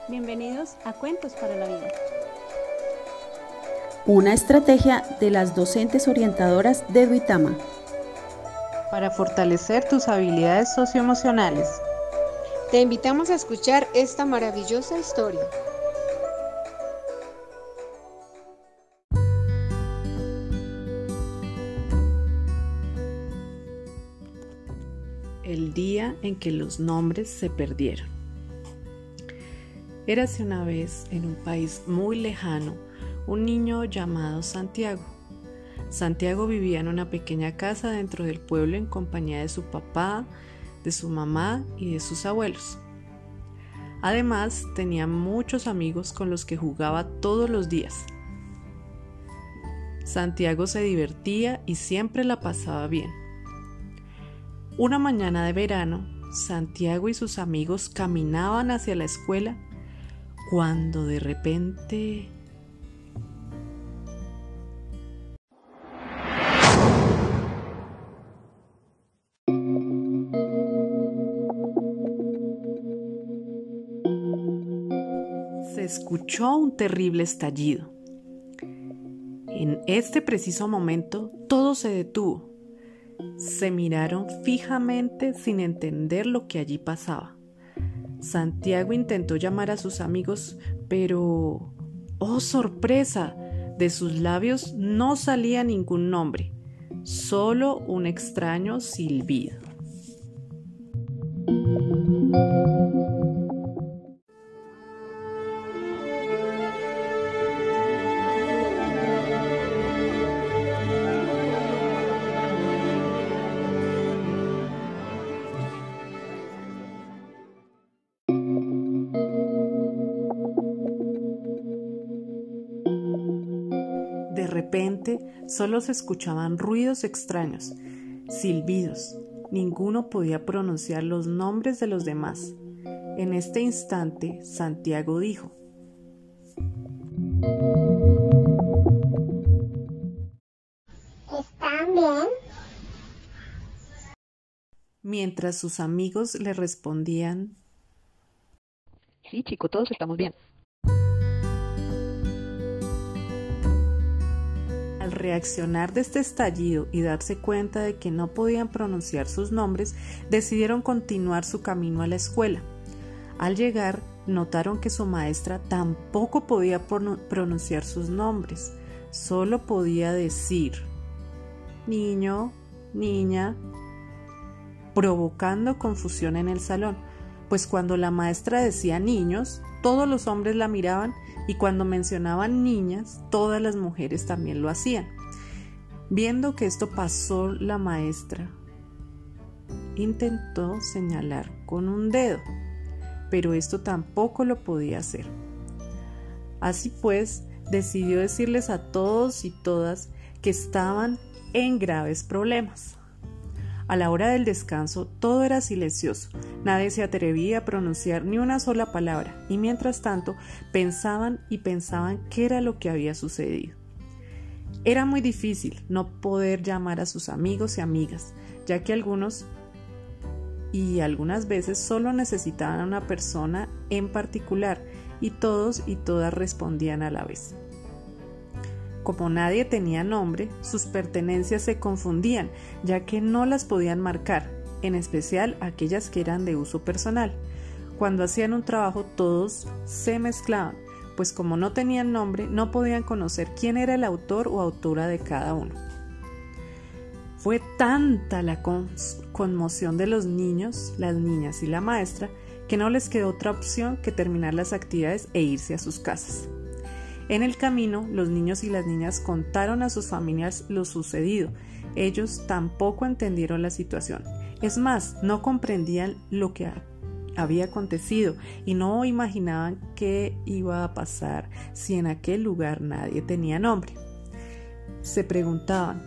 Bienvenidos a Cuentos para la Vida. Una estrategia de las docentes orientadoras de Duitama. Para fortalecer tus habilidades socioemocionales. Te invitamos a escuchar esta maravillosa historia. El día en que los nombres se perdieron. Érase una vez en un país muy lejano un niño llamado Santiago. Santiago vivía en una pequeña casa dentro del pueblo en compañía de su papá, de su mamá y de sus abuelos. Además, tenía muchos amigos con los que jugaba todos los días. Santiago se divertía y siempre la pasaba bien. Una mañana de verano, Santiago y sus amigos caminaban hacia la escuela cuando de repente... se escuchó un terrible estallido. En este preciso momento, todo se detuvo. Se miraron fijamente sin entender lo que allí pasaba. Santiago intentó llamar a sus amigos, pero ¡oh, sorpresa! De sus labios no salía ningún nombre, solo un extraño silbido. De repente, solo se escuchaban ruidos extraños, silbidos. Ninguno podía pronunciar los nombres de los demás. En este instante, Santiago dijo: ¿Están bien? Mientras sus amigos le respondían: Sí, chico, todos estamos bien. Al reaccionar de este estallido y darse cuenta de que no podían pronunciar sus nombres, decidieron continuar su camino a la escuela. Al llegar, notaron que su maestra tampoco podía pronunciar sus nombres, solo podía decir niño, niña, provocando confusión en el salón, pues cuando la maestra decía niños, todos los hombres la miraban y cuando mencionaban niñas, todas las mujeres también lo hacían. Viendo que esto pasó, la maestra intentó señalar con un dedo, pero esto tampoco lo podía hacer. Así pues, decidió decirles a todos y todas que estaban en graves problemas. A la hora del descanso, todo era silencioso. Nadie se atrevía a pronunciar ni una sola palabra, y mientras tanto pensaban y pensaban qué era lo que había sucedido. Era muy difícil no poder llamar a sus amigos y amigas, ya que algunos y algunas veces solo necesitaban a una persona en particular, y todos y todas respondían a la vez. Como nadie tenía nombre, sus pertenencias se confundían, ya que no las podían marcar, en especial aquellas que eran de uso personal. Cuando hacían un trabajo, todos se mezclaban, pues como no tenían nombre, no podían conocer quién era el autor o autora de cada uno. Fue tanta la conmoción de los niños, las niñas y la maestra, que no les quedó otra opción que terminar las actividades e irse a sus casas. En el camino, los niños y las niñas contaron a sus familias lo sucedido. Ellos tampoco entendieron la situación. Es más, no comprendían lo que había acontecido y no imaginaban qué iba a pasar si en aquel lugar nadie tenía nombre. Se preguntaban: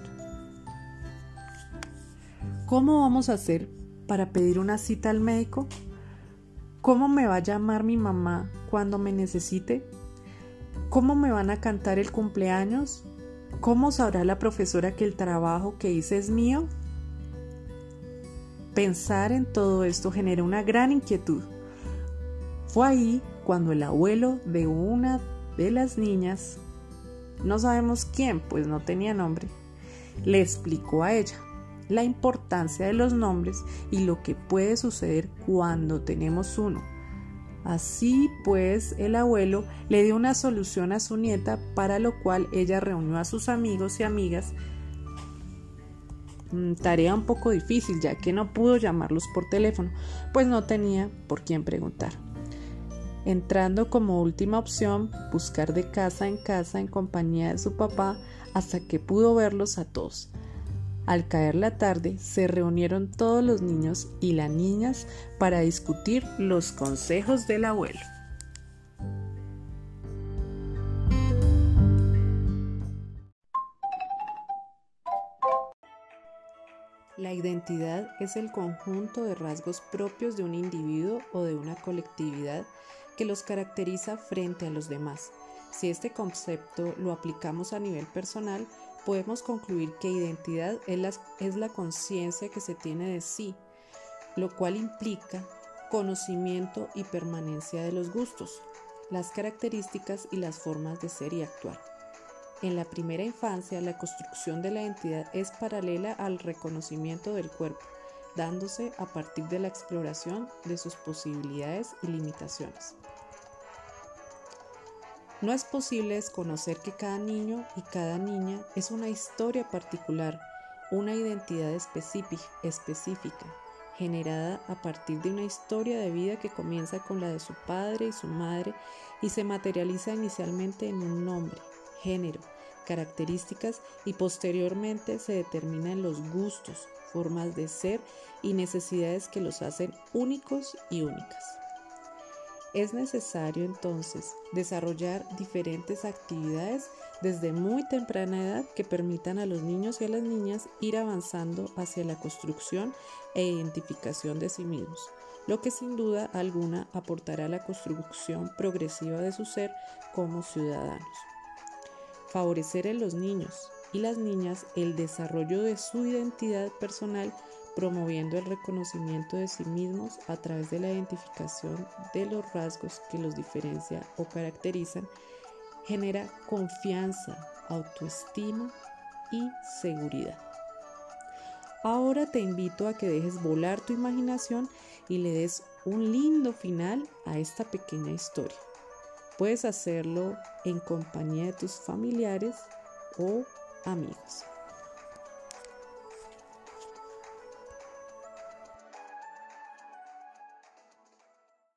¿cómo vamos a hacer para pedir una cita al médico? ¿Cómo me va a llamar mi mamá cuando me necesite? ¿Cómo me van a cantar el cumpleaños? ¿Cómo sabrá la profesora que el trabajo que hice es mío? Pensar en todo esto generó una gran inquietud. Fue ahí cuando el abuelo de una de las niñas, no sabemos quién, pues no tenía nombre, le explicó a ella la importancia de los nombres y lo que puede suceder cuando tenemos uno. Así pues, el abuelo le dio una solución a su nieta, para lo cual ella reunió a sus amigos y amigas. Tarea un poco difícil, ya que no pudo llamarlos por teléfono, pues no tenía por quién preguntar. Entrando como última opción, buscar de casa en compañía de su papá hasta que pudo verlos a todos. Al caer la tarde, se reunieron todos los niños y las niñas para discutir los consejos del abuelo. La identidad es el conjunto de rasgos propios de un individuo o de una colectividad que los caracteriza frente a los demás. Si este concepto lo aplicamos a nivel personal, podemos concluir que identidad es la conciencia que se tiene de sí, lo cual implica conocimiento y permanencia de los gustos, las características y las formas de ser y actuar. En la primera infancia, la construcción de la identidad es paralela al reconocimiento del cuerpo, dándose a partir de la exploración de sus posibilidades y limitaciones. No es posible desconocer que cada niño y cada niña es una historia particular, una identidad específica, generada a partir de una historia de vida que comienza con la de su padre y su madre y se materializa inicialmente en un nombre, género, características y posteriormente se determina en los gustos, formas de ser y necesidades que los hacen únicos y únicas. Es necesario entonces desarrollar diferentes actividades desde muy temprana edad que permitan a los niños y a las niñas ir avanzando hacia la construcción e identificación de sí mismos, lo que sin duda alguna aportará a la construcción progresiva de su ser como ciudadanos. Favorecer en los niños y las niñas el desarrollo de su identidad personal, promoviendo el reconocimiento de sí mismos a través de la identificación de los rasgos que los diferencian o caracterizan, genera confianza, autoestima y seguridad. Ahora te invito a que dejes volar tu imaginación y le des un lindo final a esta pequeña historia. Puedes hacerlo en compañía de tus familiares o amigos.